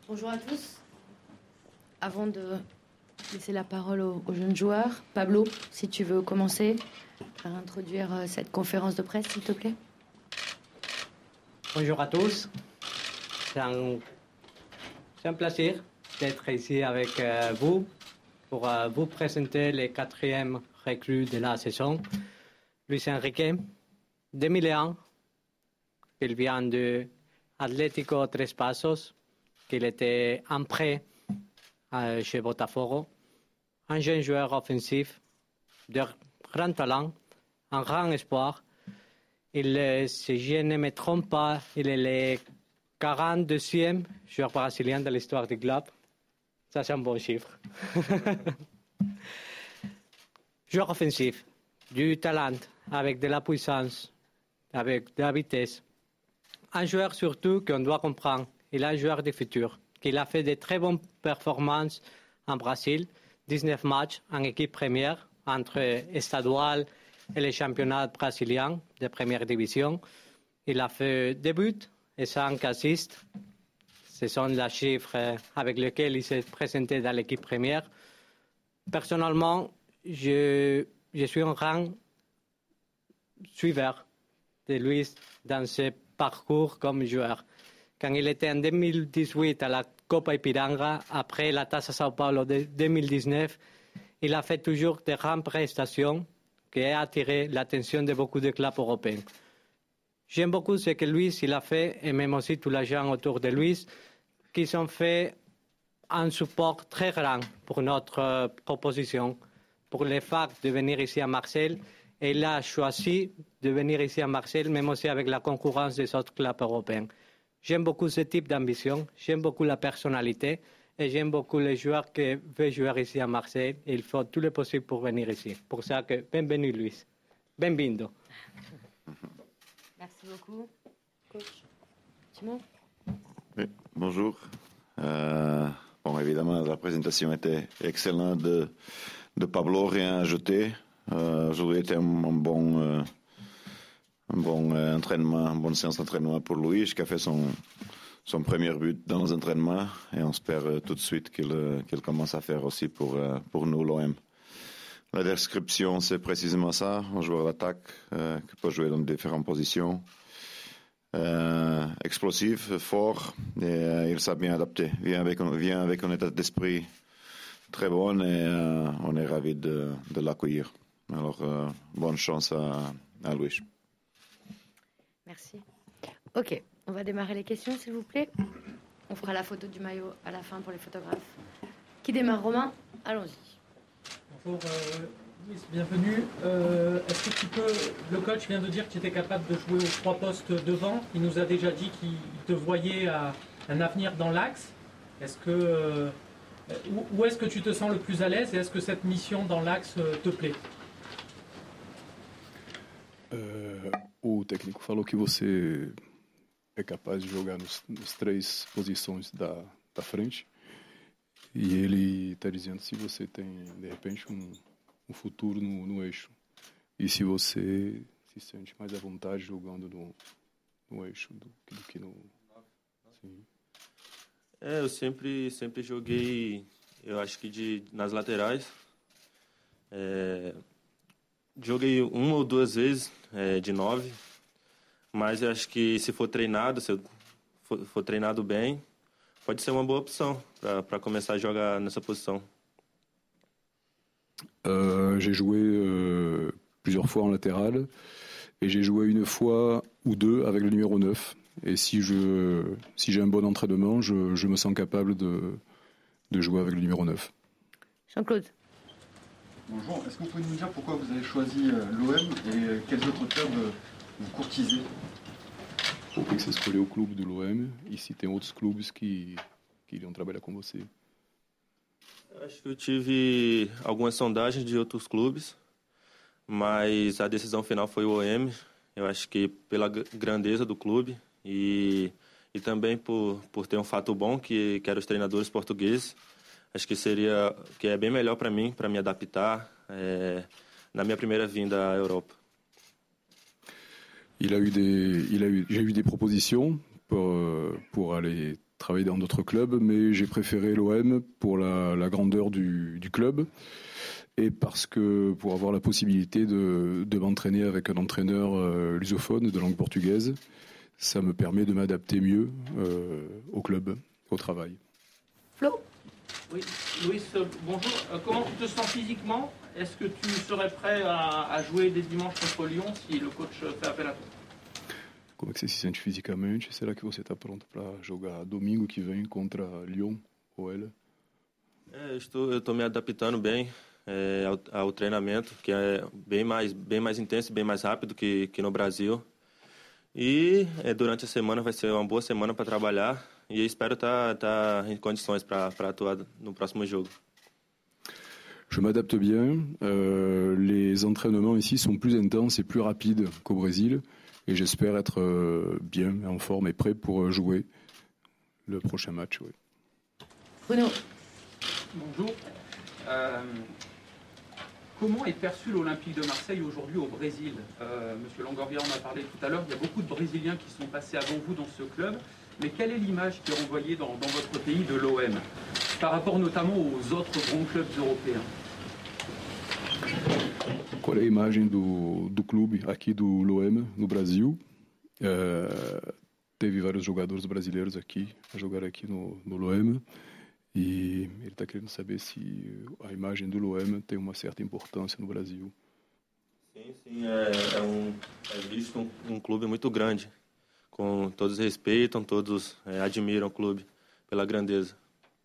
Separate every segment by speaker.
Speaker 1: Bonjour à tous. Avant de laisser la parole aux jeunes joueurs, Pablo, si tu veux commencer par introduire cette conférence de presse, s'il te plaît.
Speaker 2: Bonjour à tous. C'est un plaisir d'être ici avec vous pour vous présenter les 4e recrues de la saison. Luis Enrique, 2001, il vient de Atlético Tres Pasos, qu'il était un prêt chez Botafogo. Un jeune joueur offensif de grand talent, un grand espoir. Si je ne me trompe pas, il est le 42e joueur brésilien de l'histoire du club. Ça, c'est un bon chiffre. Joueur offensif, du talent, avec de la puissance, avec de la vitesse. Un joueur surtout qu'on doit comprendre. Il est un joueur du futur. Il a fait de très bonnes performances en Brésil. 19 matchs en équipe première entre Estadual et les championnats brésiliens de première division. Il a fait 2 buts et 5 assists. Ce sont les chiffres avec lesquels il s'est présenté dans l'équipe première. Personnellement, je suis un grand suiveur de Luis dans ce parcours comme joueur. Quand il était en 2018 à la Copa Ipiranga, après la Taça Sao Paulo de 2019, il a fait toujours de grandes prestations qui ont attiré l'attention de beaucoup de clubs européens. J'aime beaucoup ce que Luis il a fait, et même aussi tous les gens autour de Luis, qui ont fait un support très grand pour notre proposition, pour le fait de venir ici à Marseille. Et il a choisi de venir ici à Marseille, même aussi avec la concurrence des autres clubs européens. J'aime beaucoup ce type d'ambition, j'aime beaucoup la personnalité et j'aime beaucoup les joueurs qui veulent jouer ici à Marseille. Et il faut tout le possible pour venir ici. Pour ça que, bienvenue Luis. Bienvenido.
Speaker 1: Merci beaucoup. Coach Timon.
Speaker 3: Oui, bonjour. Évidemment, la présentation était excellente de Pablo, rien à ajouter. Aujourd'hui était un bon entraînement, une bonne séance d'entraînement pour Luis, qui a fait son premier but dans les entraînements, et on espère tout de suite qu'il commence à faire aussi pour nous, l'OM. La description, c'est précisément ça, un joueur d'attaque qui peut jouer dans différentes positions, explosif, fort, et il s'est bien adapté, vient avec un état d'esprit très bon, et on est ravis de l'accueillir. Alors, bonne chance à Luis.
Speaker 1: Merci. Ok, on va démarrer les questions, s'il vous plaît. On fera la photo du maillot à la fin pour les photographes. Qui démarre, Romain? Allons-y.
Speaker 4: Bonjour, Luis, bienvenue. Est-ce que tu peux... Le coach vient de dire que tu étais capable de jouer aux 3 postes devant. Il nous a déjà dit qu'il te voyait à un avenir dans l'axe. Est-ce que... Où est-ce que tu te sens le plus à l'aise et est-ce que cette mission dans l'axe te plaît?
Speaker 5: O técnico falou que você é capaz de jogar nos 3 posições da frente, e ele está dizendo se você tem, de repente, um futuro no eixo, e se você se sente mais à vontade jogando no eixo do que no... Sim.
Speaker 6: Eu sempre joguei, eu acho que nas laterais. Joguei 1 ou 2 vezes de 9, mas eu acho que se for treinado, se eu for treinado bem, pode ser uma boa opção para começar a jogar nessa posição.
Speaker 5: J'ai joué plusieurs fois en latéral et j'ai joué une fois ou 2 avec le numéro 9. Et si j'ai un bon entraînement, je me sens capable de jouer avec le numéro 9.
Speaker 1: Jean-Claude.
Speaker 7: Bonjour, est-ce que vous pouvez nous dire pourquoi vous avez choisi l'OM et quels autres clubs vous courtisez?
Speaker 5: Por que você escolheu o clube do l'OM e se tem outros clubes que iriam trabalhar com você?
Speaker 6: Eu acho que eu tive algumas sondagens de outros clubes, mas a decisão final foi o OM. Eu acho que pela grandeza do clube e também por ter um fato bom que eram os treinadores portugueses. Acho que é bem melhor para mim, para me adaptar na minha primeira vinda à Europa.
Speaker 5: J'ai eu des propositions pour aller travaillé dans d'autres clubs, mais j'ai préféré l'OM pour la grandeur du club et parce que pour avoir la possibilité de m'entraîner avec un entraîneur lusophone de langue portugaise, ça me permet de m'adapter mieux au club, au travail.
Speaker 1: Flo?
Speaker 4: Oui, Louis, bonjour. Comment tu te sens physiquement? Est-ce que tu serais prêt à jouer dès dimanche contre Lyon si le coach fait appel à toi?
Speaker 5: Como é que você se sente fisicamente? Será que você está pronto para jogar domingo que vem contra Lyon ou ela?
Speaker 6: Eu estou me adaptando bem ao treinamento, que é bem mais intenso, bem mais rápido que no Brasil. E durante a semana vai ser uma boa semana para trabalhar e espero estar em condições para atuar no próximo jogo.
Speaker 5: Je m'adapte bien. Les entraînements ici sont plus intenses et plus rapides qu'au Brésil. Et j'espère être bien, en forme et prêt pour jouer le prochain match. Oui.
Speaker 1: Bruno?
Speaker 8: Bonjour. Comment est perçu l'Olympique de Marseille aujourd'hui au Brésil? Monsieur Longoria en a parlé tout à l'heure. Il y a beaucoup de Brésiliens qui sont passés avant vous dans ce club. Mais quelle est l'image qui est renvoyée dans votre pays de l'OM, par rapport notamment aux autres grands clubs européens?
Speaker 5: Qual é a imagem do clube aqui do l'OM no Brasil? Teve vários jogadores brasileiros aqui a jogar aqui no l'OM e ele está querendo saber se a imagem do l'OM tem uma certa importância no Brasil.
Speaker 6: Sim, é visto um clube muito grande, com todos respeitam, todos admiram o clube pela grandeza.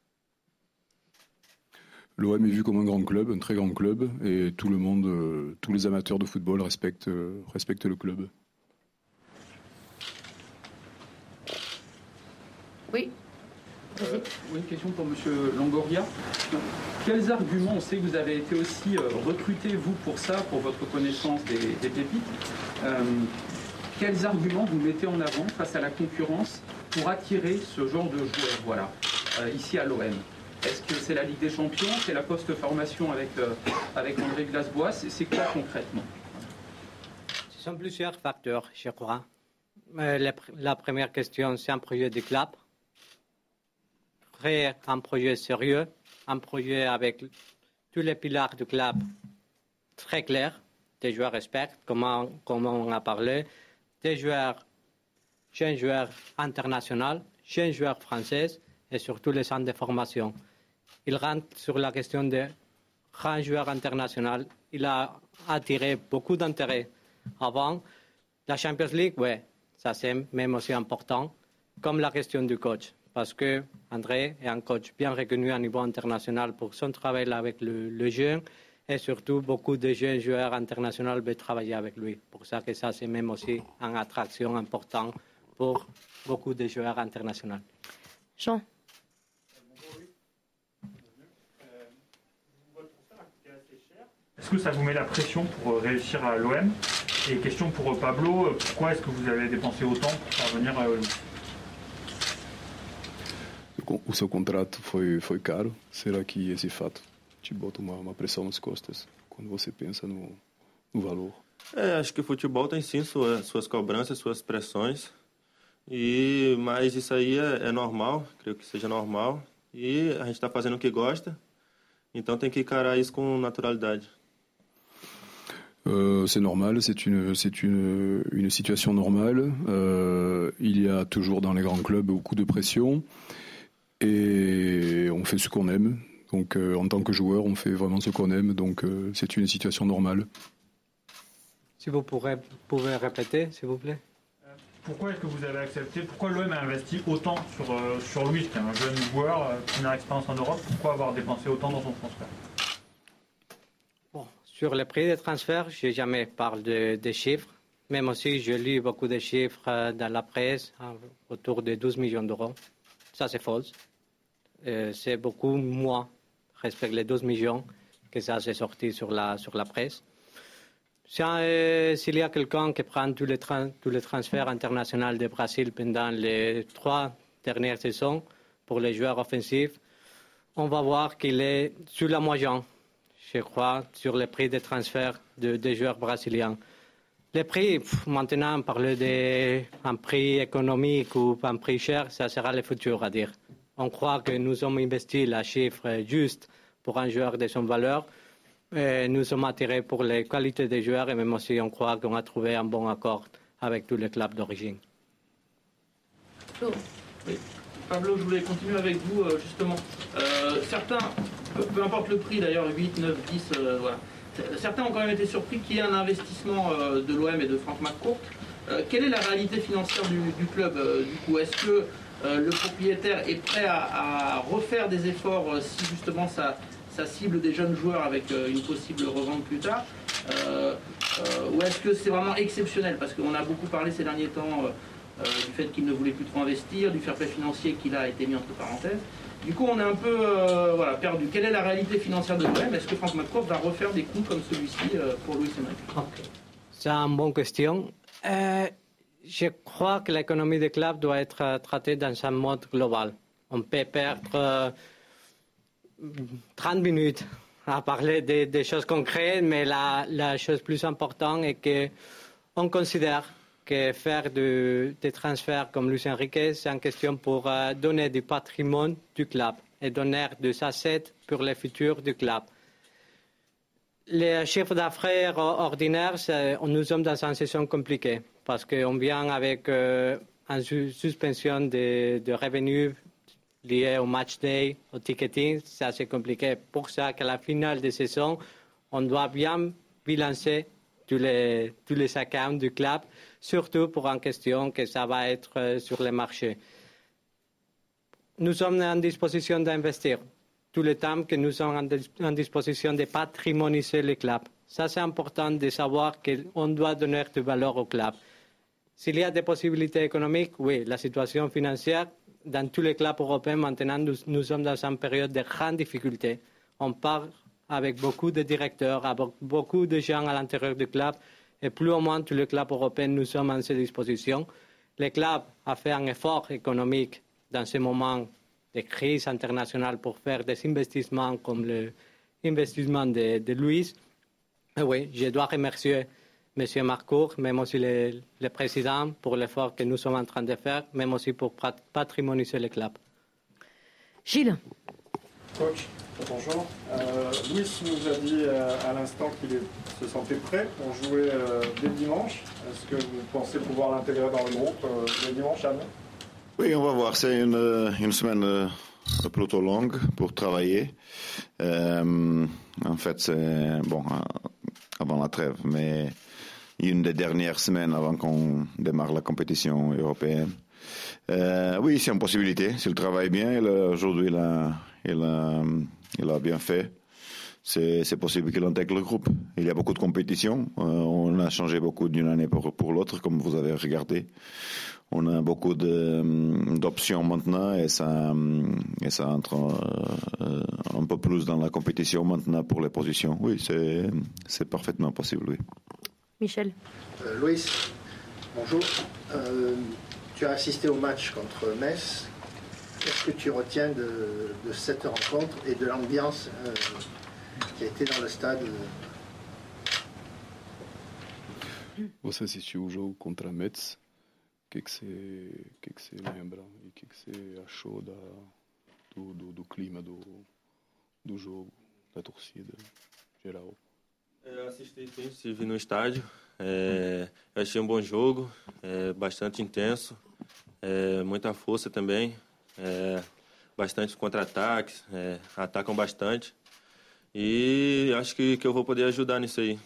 Speaker 5: L'OM est vu comme un grand club, un très grand club, et tout le monde, tous les amateurs de football respectent le club.
Speaker 1: Oui.
Speaker 8: Une question pour Monsieur Longoria. Quels arguments, on sait que vous avez été aussi recruté, vous, pour ça, pour votre connaissance des pépites. Quels arguments vous mettez en avant face à la concurrence pour attirer ce genre de joueurs, ici à l'OM? Est-ce que c'est la Ligue des Champions? C'est la post-formation avec André Villas-Boas? C'est quoi concrètement?
Speaker 2: Ce sont plusieurs facteurs, je crois. La première question, c'est un projet de club. Après, un projet sérieux, un projet avec tous les piliers du club très clairs. Des joueurs respectent, comme on a parlé. Des joueurs, jeunes joueurs internationaux, jeunes joueurs français et surtout les centres de formation. Il rentre sur la question de grand joueur international. Il a attiré beaucoup d'intérêt. Avant, la Champions League, oui, ça c'est même aussi important, comme la question du coach. Parce que André est un coach bien reconnu à niveau international pour son travail avec le jeune et surtout beaucoup de jeunes joueurs internationaux veulent travailler avec lui. Pour ça que ça c'est même aussi une attraction importante pour beaucoup de joueurs internationaux.
Speaker 1: Jean?
Speaker 9: Est-ce que ça vous met la pression pour réussir à l'OM? Et question pour Pablo, pourquoi est-ce que vous avez dépensé autant pour parvenir à l'OM?
Speaker 5: O seu contrato foi caro. Será que esse fato te bota uma pressão nas costas quando você pensa no valor?
Speaker 6: Acho que o futebol tem sim suas cobranças, suas pressões. Mas isso aí é normal, creio que seja normal. E a gente está fazendo o que gosta, então tem que encarar isso com naturalidade.
Speaker 5: C'est normal, c'est une situation normale. Il y a toujours dans les grands clubs beaucoup de pression et on fait ce qu'on aime. Donc en tant que joueur, on fait vraiment ce qu'on aime. Donc c'est une situation normale.
Speaker 2: Si vous pouvez répéter, s'il vous plaît.
Speaker 9: Pourquoi est-ce que vous avez accepté? Pourquoi l'OM a investi autant sur lui, qui est un jeune joueur, première expérience en Europe? Pourquoi avoir dépensé autant dans son transfert?
Speaker 2: Bon, sur le prix des transferts, je n'ai jamais parlé de chiffres. Même aussi, je lis beaucoup de chiffres dans la presse, autour de 12 millions d'euros. Ça, c'est faux. C'est beaucoup moins, respect les 12 millions, que ça s'est sorti sur la presse. S'il y a quelqu'un qui prend tous les transferts internationaux du Brésil pendant les 3 dernières saisons pour les joueurs offensifs, on va voir qu'il est sur la moyenne, je crois, sur le prix des transferts des joueurs brésiliens. Les prix, maintenant, parler d'un prix économique ou un prix cher, ça sera le futur à dire. On croit que nous avons investi la chiffre juste pour un joueur de son valeur. Et nous sommes attirés pour les qualités des joueurs et même aussi on croit qu'on a trouvé un bon accord avec tous les clubs d'origine.
Speaker 8: Oui. Pablo, je voulais continuer avec vous justement. Certains, peu importe le prix d'ailleurs, 8, 9, 10, voilà. Certains ont quand même été surpris qu'il y ait un investissement de l'OM et de Frank McCourt. Quelle est la réalité financière du club du coup? Est-ce que le propriétaire est prêt à refaire des efforts si justement ça cible des jeunes joueurs avec une possible revente plus tard ou est-ce que c'est vraiment exceptionnel? Parce qu'on a beaucoup parlé ces derniers temps du fait qu'il ne voulait plus trop investir, du fair play financier qu'il a été mis entre parenthèses. Du coup, on est un peu perdu. Quelle est la réalité financière de l'OM? Est-ce que Frank McCourt va refaire des coups comme celui-ci pour Luis Enrique?
Speaker 2: C'est une bonne question. Je crois que l'économie des clubs doit être traitée dans un mode global. On peut perdre 30 minutes à parler des choses concrètes, mais la chose plus importante est qu'on considère que faire des transferts comme Luis Enrique, c'est une question pour donner du patrimoine du club et donner des assets pour le futur du club. Les chiffres d'affaires ordinaires, nous sommes dans une saison compliquée parce qu'on vient avec une suspension de revenus liés au match day, au ticketing. C'est assez compliqué. Pour ça qu'à la finale de saison, on doit bien bilancer tous les accounts du club, surtout pour une question que ça va être sur les marchés. Nous sommes en disposition d'investir tout le temps que nous sommes en disposition de patrimoniser le club. Ça, c'est important de savoir qu'on doit donner de valeur au club. S'il y a des possibilités économiques, oui, la situation financière, dans tous les clubs européens, maintenant, nous sommes dans une période de grande difficulté. On parle avec beaucoup de directeurs, avec beaucoup de gens à l'intérieur du club, et plus ou moins tous les clubs européens, nous sommes en cette disposition. Le club a fait un effort économique dans ce moment de crise internationale pour faire des investissements comme l'investissement de Luis. Et oui, je dois remercier M. Marcourt, même aussi le président, pour l'effort que nous sommes en train de faire, même aussi pour patrimoniser le club.
Speaker 1: Gilles.
Speaker 10: Coach, bonjour. Luis nous a dit à l'instant qu'il se sentait prêt pour jouer dès dimanche. Est-ce que vous pensez pouvoir l'intégrer dans le groupe dès dimanche à Amiens?
Speaker 3: Oui, on va voir. C'est une semaine plutôt longue pour travailler. En fait, c'est bon avant la trêve, mais une des dernières semaines avant qu'on démarre la compétition européenne. Oui, c'est une possibilité. S'il travaille bien, aujourd'hui, il a bien fait. C'est possible qu'il intègre le groupe. Il y a beaucoup de compétitions. On a changé beaucoup d'une année pour l'autre, comme vous avez regardé. On a beaucoup d'options maintenant et ça entre un peu plus dans la compétition maintenant pour les positions. Oui, c'est parfaitement possible, oui.
Speaker 1: Michel.
Speaker 11: Luis, bonjour. Tu as assisté au match contre Metz. Qu'est-ce que tu retiens de cette rencontre et de l'ambiance qui a été dans le stade?
Speaker 5: Você assistiu o jogo contra a Metz. O que você lembra e o que você achou do clima do jogo, da torcida geral?
Speaker 6: Eu assisti, sim, estive no estádio. Eu achei um bom jogo, bastante intenso, muita força também, bastante contra-ataques, atacam bastante. E acho que eu vou poder ajudar nisso aí.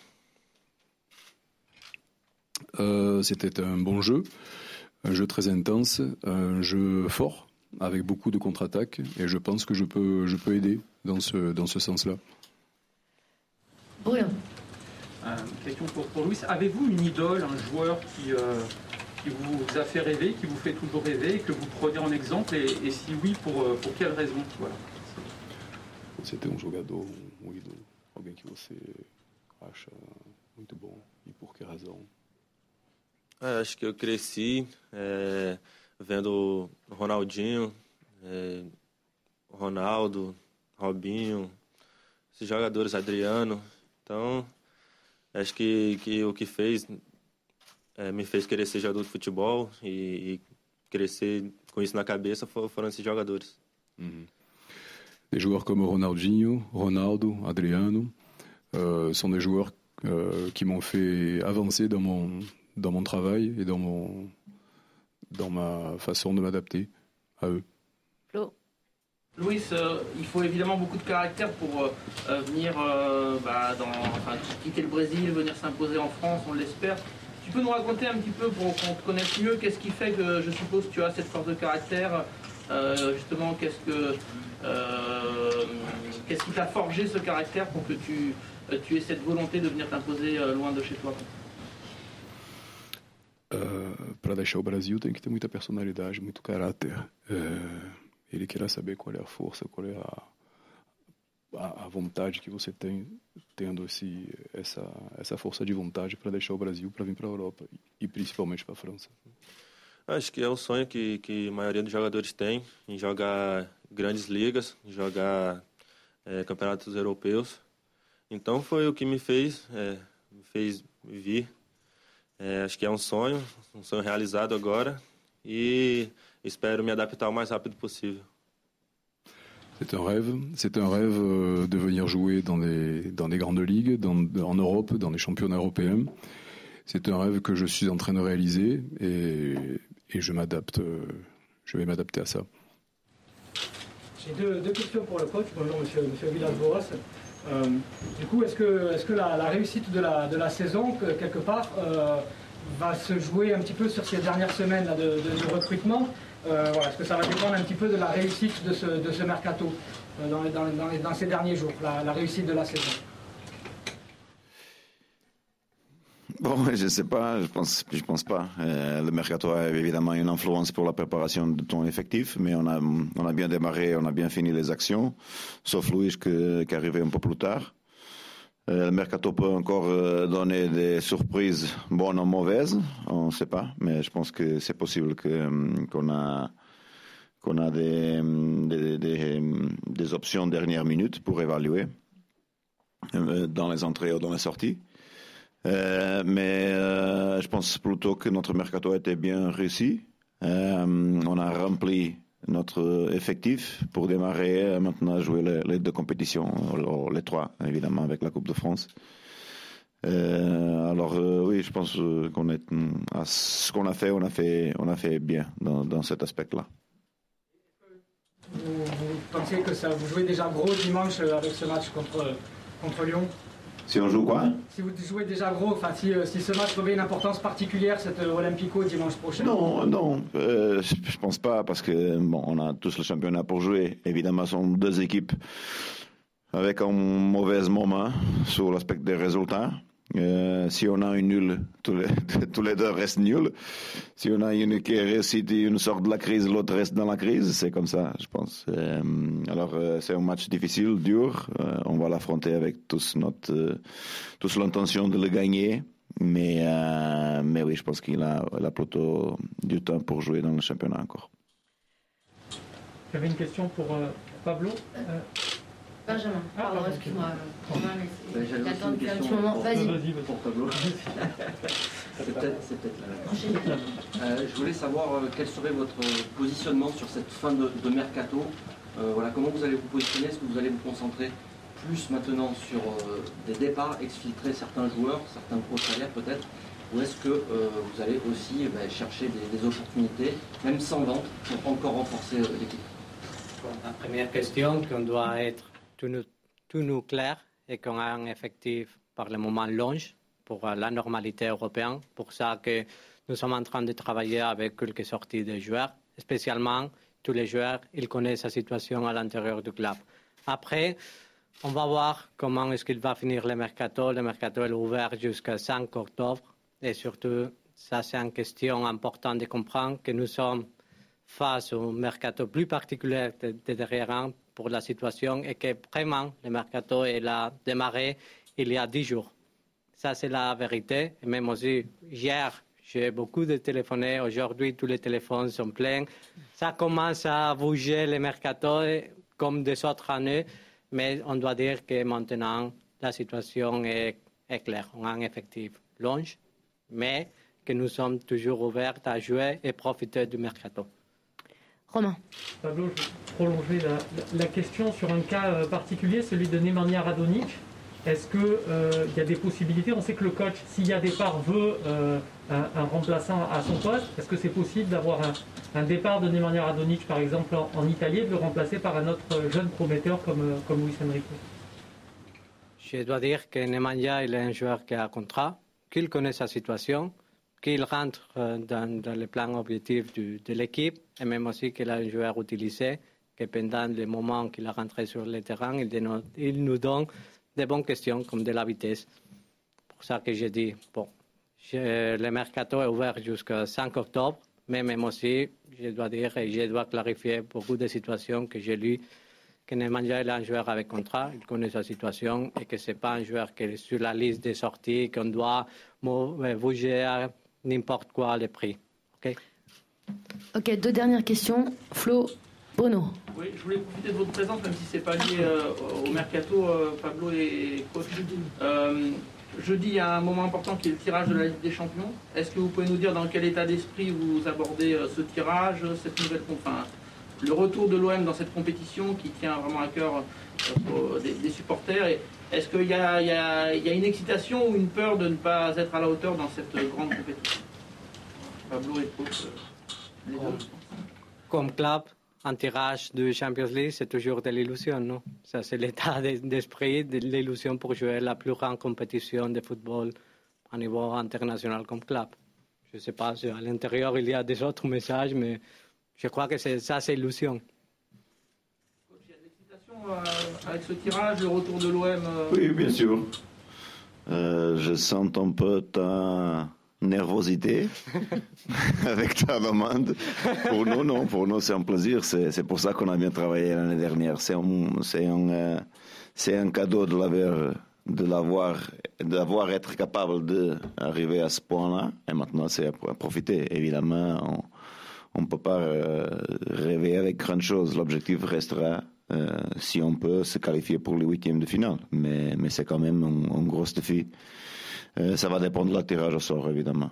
Speaker 5: C'était un bon jeu. Un jeu très intense, un jeu fort, avec beaucoup de contre-attaques, et je pense que je peux aider dans ce sens-là.
Speaker 1: Bruno.
Speaker 8: Question pour Luis. Avez-vous une idole, un joueur qui vous a fait rêver, qui vous fait toujours rêver, que vous prenez en exemple, et si oui, pour quelle raison? Voilà.
Speaker 5: Você tem jogador, ídolo, alguém que você acha muito bom, e por que razão?
Speaker 6: Acho que eu cresci vendo Ronaldinho, Ronaldo, Robinho, esses jogadores, Adriano. Então, acho que o que fez me fez querer ser jogador de futebol e crescer com isso na cabeça foram esses jogadores.
Speaker 5: Des joueurs comme Ronaldinho, Ronaldo, Adriano sont des joueurs qui m'ont fait avancer dans mon travail et dans ma façon de m'adapter à eux.
Speaker 1: Flo.
Speaker 12: Luis, il faut évidemment beaucoup de caractère pour venir quitter le Brésil, venir s'imposer en France, on l'espère. Tu peux nous raconter un petit peu pour qu'on te connaisse mieux, qu'est-ce qui fait que je suppose tu as cette force de caractère, justement qu'est-ce qui t'a forgé ce caractère pour que tu aies cette volonté de venir t'imposer loin de chez toi?
Speaker 5: Para deixar o Brasil tem que ter muita personalidade, muito caráter. Ele queira saber qual é a força, qual é a vontade que você tem, tendo essa força de vontade para deixar o Brasil, para vir para a Europa e principalmente para a França.
Speaker 6: Acho que é o sonho que a maioria dos jogadores tem, em jogar grandes ligas, em jogar campeonatos europeus. Então foi o que me fez vir. Acho que é um sonho realizado agora e espero me adaptar o mais rápido possível.
Speaker 5: C'est un rêve de venir jouer dans des grandes ligues, en Europe, dans les championnats européens. C'est un rêve que je suis en train de réaliser et je vais m'adapter à ça.
Speaker 4: J'ai deux questions pour le coach. Bonjour monsieur Villas-Boas. Du coup, est-ce que la réussite de la saison, quelque part, va se jouer un petit peu sur ces dernières semaines là, de recrutement? Est-ce que ça va dépendre un petit peu de la réussite de ce mercato dans ces derniers jours, la réussite de la saison?
Speaker 3: Bon, je ne sais pas, je pense pas. Le mercato a évidemment une influence pour la préparation de ton effectif, mais on a bien démarré, on a bien fini les actions, sauf Luis qui est arrivé un peu plus tard. Le mercato peut encore donner des surprises bonnes ou mauvaises, on ne sait pas, mais je pense que c'est possible qu'on a des options dernière minute pour évaluer dans les entrées ou dans les sorties. Mais je pense plutôt que notre mercato a été bien réussi. On a rempli notre effectif pour démarrer maintenant jouer les deux compétitions, les trois évidemment avec la Coupe de France. Oui, je pense ce qu'on a fait, on a fait bien dans cet aspect-là.
Speaker 4: Vous pensez que vous jouez déjà gros dimanche avec ce match contre Lyon?
Speaker 3: Si on joue quoi?
Speaker 4: Si vous jouez déjà gros, si ce match revêt une importance particulière, cet Olympico dimanche prochain?
Speaker 3: Non, je pense pas, parce que on a tous le championnat pour jouer. Évidemment, ce sont deux équipes avec un mauvais moment sur l'aspect des résultats. Si on a un nul, tous les deux restent nuls. Si on a une qui réussit, une sort de la crise, l'autre reste dans la crise. C'est comme ça, je pense. C'est un match difficile, dur. On va l'affronter avec tous l'intention de le gagner. Mais oui, je pense qu'il a plutôt du temps pour jouer dans le championnat encore.
Speaker 4: J'avais une question pour Pablo.
Speaker 1: Benjamin, pardon, excuse-moi.
Speaker 13: J'attends depuis un petit moment. Vas-y pour Pablo. C'est peut-être la même. Je voulais savoir quel serait votre positionnement sur cette fin de mercato. Comment vous allez vous positionner? Est-ce que vous allez vous concentrer plus maintenant sur des départs, exfiltrer certains joueurs, certains gros salaires peut-être, ou est-ce que vous allez aussi chercher des opportunités, même sans vente, pour encore renforcer l'équipe?
Speaker 2: La première question, qu'on doit être tout nous clair et qu'on a un effectif par le moment long pour la normalité européenne. Pour ça que nous sommes en train de travailler avec quelques sorties de joueurs, spécialement tous les joueurs, ils connaissent la situation à l'intérieur du club. Après, on va voir comment est-ce qu'il va finir le mercato. Le mercato est ouvert jusqu'à 5 octobre et surtout, ça c'est une question importante de comprendre que nous sommes face au mercato plus particulier de derrière pour la situation et que vraiment le mercato il a démarré il y a 10 jours. Ça c'est la vérité. Et même aussi hier, j'ai beaucoup de téléphonés. Aujourd'hui, tous les téléphones sont pleins. Ça commence à bouger le mercato comme des autres années, mais on doit dire que maintenant la situation est claire. On a un effectif long, mais que nous sommes toujours ouverts à jouer et profiter du mercato.
Speaker 1: Romain.
Speaker 4: Pablo, je vais prolonger la question sur un cas particulier, celui de Nemanja Radonjic. Est-ce qu'il y a des possibilités? On sait que le coach, s'il y a départ, veut un remplaçant à son poste. Est-ce que c'est possible d'avoir un départ de Nemanja Radonjic, par exemple, en Italie, et de le remplacer par un autre jeune prometteur comme Luis Enrique?
Speaker 2: Je dois dire que Nemanja il est un joueur qui a un contrat, qu'il connaît sa situation, qu'il rentre dans le plan objectif de l'équipe, et même aussi qu'il est un joueur utilisé, que pendant les moments qu'il a rentré sur le terrain, il nous donne des bonnes questions, comme de la vitesse. C'est pour ça que j'ai dit, le mercato est ouvert jusqu'au 5 octobre, mais même aussi, je dois dire et je dois clarifier beaucoup de situations que j'ai lues, que Nemanja est un joueur avec contrat, il connaît sa situation et que ce n'est pas un joueur qui est sur la liste des sorties, qu'on doit bouger à n'importe quoi le prix.
Speaker 1: Ok, 2 dernières questions. Flo, Bono.
Speaker 12: Oui, je voulais profiter de votre présence, même si ce n'est pas lié au mercato, Pablo et coach. Jeudi, il y a un moment important qui est le tirage de la Ligue des Champions. Est-ce que vous pouvez nous dire dans quel état d'esprit vous abordez ce tirage, cette nouvelle le retour de l'OM dans cette compétition qui tient vraiment à cœur des supporters? Et est-ce qu'il y a une excitation ou une peur de ne pas être à la hauteur dans cette grande compétition? Pablo et coach, les deux.
Speaker 2: Comme club, un tirage de Champions League, c'est toujours de l'illusion, non? Ça, c'est l'état d'esprit, de l'illusion pour jouer la plus grande compétition de football à niveau international comme club. Je ne sais pas si à l'intérieur il y a des autres messages, mais je crois que ça, c'est illusion.
Speaker 12: Il y a de l'excitation avec ce tirage, le retour de l'OM
Speaker 3: Oui, bien sûr. Je sens un peu ta nervosité avec ta demande. Pour nous, non. Pour nous, c'est un plaisir. C'est pour ça qu'on a bien travaillé l'année dernière. C'est un cadeau d'avoir être capable d'arriver à ce point-là. Et maintenant, c'est à profiter. Évidemment, on ne peut pas rêver avec grande chose. L'objectif restera, si on peut, se qualifier pour les 8e de finale. Mais c'est quand même un gros défi. Ça va dépendre de la tirage au sort, évidemment.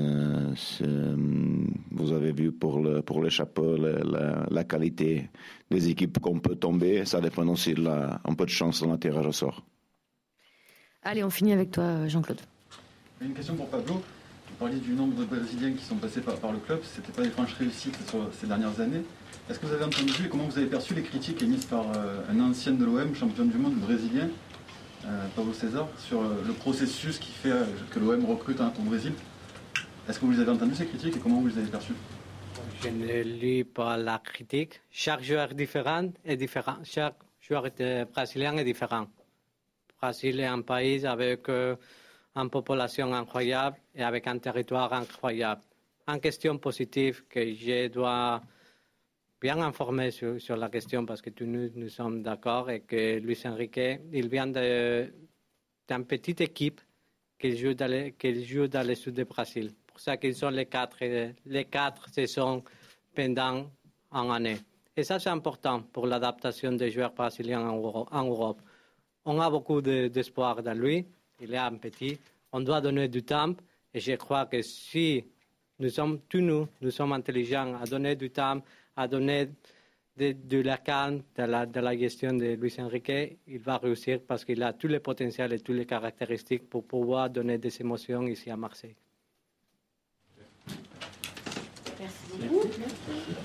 Speaker 3: Vous avez vu pour le chapeau la qualité des équipes qu'on peut tomber. Ça dépend aussi un peu de chance dans le tirage au sort.
Speaker 1: Allez, on finit avec toi, Jean-Claude.
Speaker 7: Une question pour Pablo. Vous parliez du nombre de Brésiliens qui sont passés par le club. Ce n'était pas des franches réussites sur ces dernières années. Est-ce que vous avez entendu et comment vous avez perçu les critiques émises par un ancien de l'OM, champion du monde brésilien, Paulo César, sur le processus qui fait que l'OM recrute au Brésil? Est-ce que vous les avez entendues, ces critiques, et comment vous les avez perçues?
Speaker 2: Je ne lis pas la critique. Chaque joueur est différent. Chaque joueur brésilien est différent. Le Brésil est un pays avec une population incroyable et avec un territoire incroyable. Une question positive que je dois bien informer sur la question parce que tous nous sommes d'accord et que Luis Enrique, il vient d'une petite équipe qui joue dans le sud du Brésil. C'est pour ça qu'ils sont les quatre saisons pendant une année. Et ça, c'est important pour l'adaptation des joueurs brésiliens en Europe. On a beaucoup d'espoir dans lui. Il est un petit. On doit donner du temps. Et je crois que si nous sommes intelligents à donner du temps, à donner de la calme de la gestion de Luis Enrique, il va réussir parce qu'il a tous les potentiels et toutes les caractéristiques pour pouvoir donner des émotions ici à Marseille.
Speaker 1: Merci beaucoup.